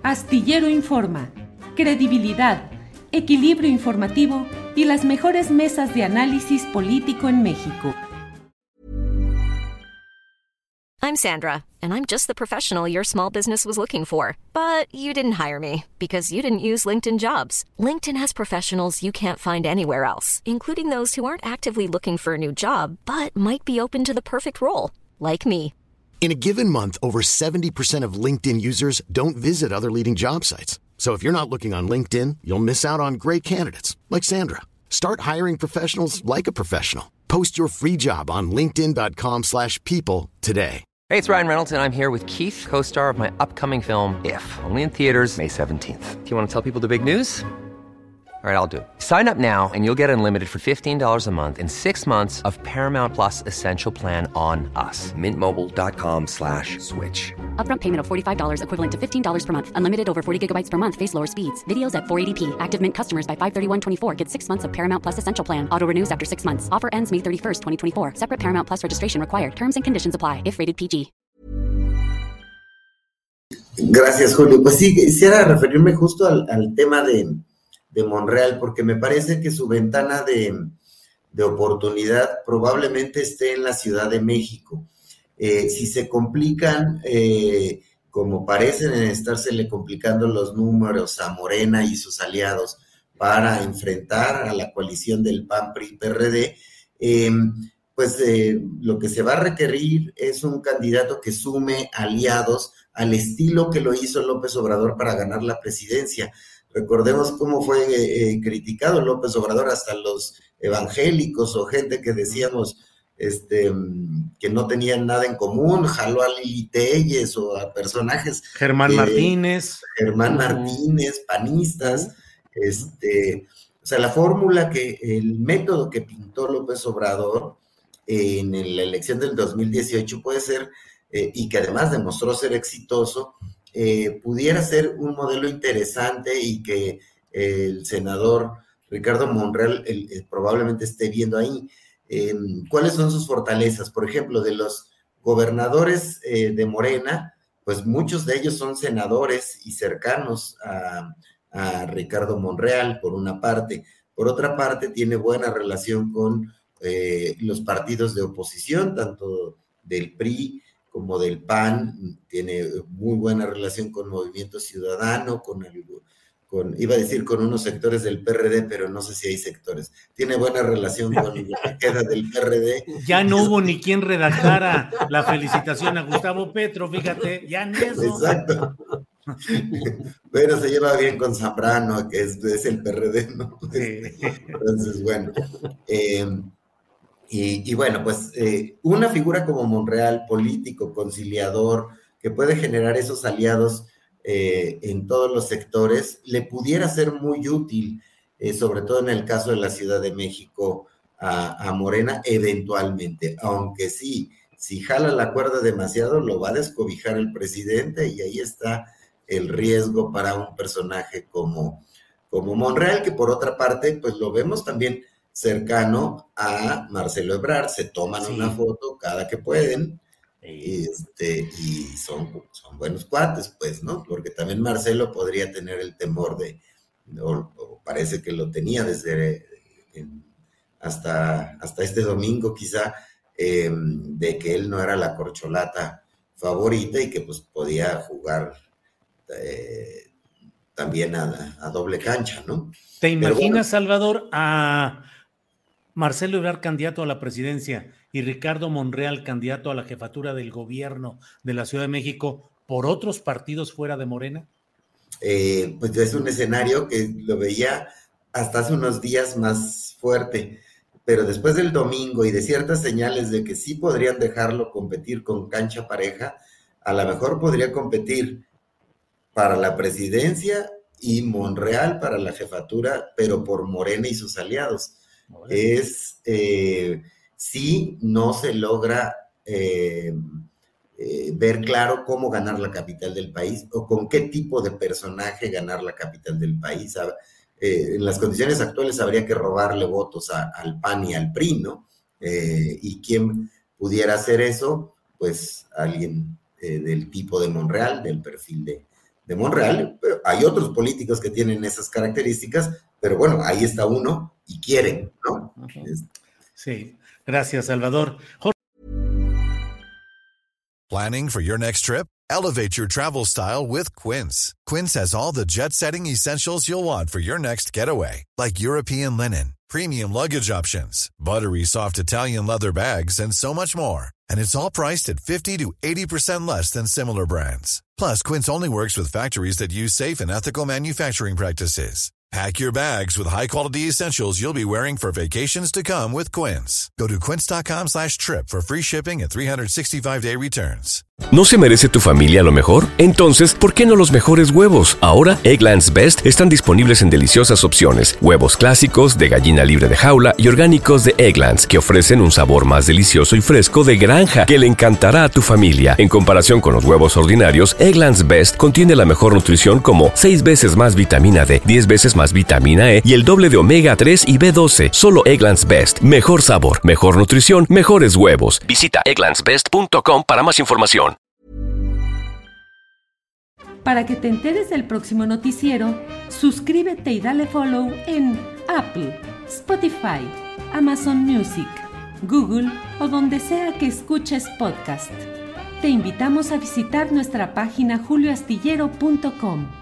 Astillero Informa, credibilidad, equilibrio informativo y las mejores mesas de análisis político en México. I'm Sandra, and I'm just the professional your small business was looking for. But you didn't hire me because you didn't use LinkedIn Jobs. LinkedIn has professionals you can't find anywhere else, including those who aren't actively looking for a new job, but might be open to the perfect role, like me. In a given month, over 70% of LinkedIn users don't visit other leading job sites. So if you're not looking on LinkedIn, you'll miss out on great candidates like Sandra. Start hiring professionals like a professional. Post your free job on linkedin.com/people today. Hey, it's Ryan Reynolds, and I'm here with Keith, co-star of my upcoming film, If, only in theaters May 17th. Do you want to tell people the big news? All right, I'll do it. Sign up now and you'll get unlimited for $15 a month and 6 months of Paramount Plus Essential Plan on us. MintMobile.com/switch. Upfront payment of $45 equivalent to $15 per month. Unlimited over 40 gigabytes per month. Face lower speeds. Videos at 480p. Active Mint customers by 531.24 get 6 months of Paramount Plus Essential Plan. Auto renews after 6 months. Offer ends May 31st, 2024. Separate Paramount Plus registration required. Terms and conditions apply if rated PG. Gracias, Julio. Pues sí, quisiera referirme justo al tema de Monreal, porque me parece que su ventana de oportunidad probablemente esté en la Ciudad de México. Si se complican, como parecen estársele complicando los números a Morena y sus aliados para enfrentar a la coalición del PAN, PRI, PRD, lo que se va a requerir es un candidato que sume aliados al estilo que lo hizo López Obrador para ganar la presidencia. Recordemos cómo fue criticado López Obrador, hasta los evangélicos o gente que decíamos que no tenían nada en común, jaló a Lili Téllez o a personajes. Germán Martínez, panistas. O sea, la fórmula el método que pintó López Obrador en la elección del 2018 puede ser, y que además demostró ser exitoso, pudiera ser un modelo interesante y que el senador Ricardo Monreal probablemente esté viendo ahí. ¿Cuáles son sus fortalezas? Por ejemplo, de los gobernadores de Morena, pues muchos de ellos son senadores y cercanos a Ricardo Monreal, por una parte. Por otra parte, tiene buena relación con los partidos de oposición, tanto del PRI como del PAN, tiene muy buena relación con Movimiento Ciudadano, iba a decir con unos sectores del PRD, pero no sé si hay sectores. Tiene buena relación con lo que queda del PRD. Ya no hubo ni quien redactara la felicitación a Gustavo Petro, fíjate, ya en eso. Exacto. Pero se lleva bien con Zambrano, que es el PRD, ¿no? Sí. Entonces, bueno. Y bueno, pues una figura como Monreal, político, conciliador, que puede generar esos aliados en todos los sectores, le pudiera ser muy útil, sobre todo en el caso de la Ciudad de México, a Morena eventualmente, aunque sí, si jala la cuerda demasiado, lo va a descobijar el presidente, y ahí está el riesgo para un personaje como Monreal, que por otra parte, pues lo vemos también cercano a Marcelo Ebrard, se toman una foto cada que pueden, y son buenos cuates, pues, ¿no? Porque también Marcelo podría tener el temor o parece que lo tenía desde hasta este domingo quizá, de que él no era la corcholata favorita y que pues podía jugar también a doble cancha, ¿no? ¿Te imaginas, Salvador, a Marcelo Ebrard candidato a la presidencia y Ricardo Monreal candidato a la jefatura del gobierno de la Ciudad de México por otros partidos fuera de Morena? Pues es un escenario que lo veía hasta hace unos días más fuerte, pero después del domingo y de ciertas señales de que sí podrían dejarlo competir con cancha pareja, a lo mejor podría competir para la presidencia y Monreal para la jefatura, pero por Morena y sus aliados. Si no se logra ver claro cómo ganar la capital del país o con qué tipo de personaje ganar la capital del país. En las condiciones actuales habría que robarle votos al PAN y al PRI, ¿no? ¿Y quién pudiera hacer eso? Pues alguien del tipo de Monreal, del perfil de Monreal. Pero hay otros políticos que tienen esas características, pero bueno, ahí está uno y quieren, ¿no? Sí, gracias, Salvador. Planning for your next trip? Elevate your travel style with Quince. Quince has all the jet-setting essentials you'll want for your next getaway, like European linen, premium luggage options, buttery soft Italian leather bags, and so much more. And it's all priced at 50 to 80% less than similar brands. Plus, Quince only works with factories that use safe and ethical manufacturing practices. Pack your bags with high-quality essentials you'll be wearing for vacations to come with Quince. Go to quince.com/trip for free shipping and 365-day returns. ¿No se merece tu familia lo mejor? Entonces, ¿por qué no los mejores huevos? Ahora, Eggland's Best están disponibles en deliciosas opciones. Huevos clásicos, de gallina libre de jaula y orgánicos de Eggland's, que ofrecen un sabor más delicioso y fresco de granja que le encantará a tu familia. En comparación con los huevos ordinarios, Eggland's Best contiene la mejor nutrición como 6 veces más vitamina D, 10 veces más vitamina E y el doble de omega 3 y B12. Solo Eggland's Best. Mejor sabor, mejor nutrición, mejores huevos. Visita egglandsbest.com para más información. Para que te enteres del próximo noticiero, suscríbete y dale follow en Apple, Spotify, Amazon Music, Google o donde sea que escuches podcast. Te invitamos a visitar nuestra página julioastillero.com.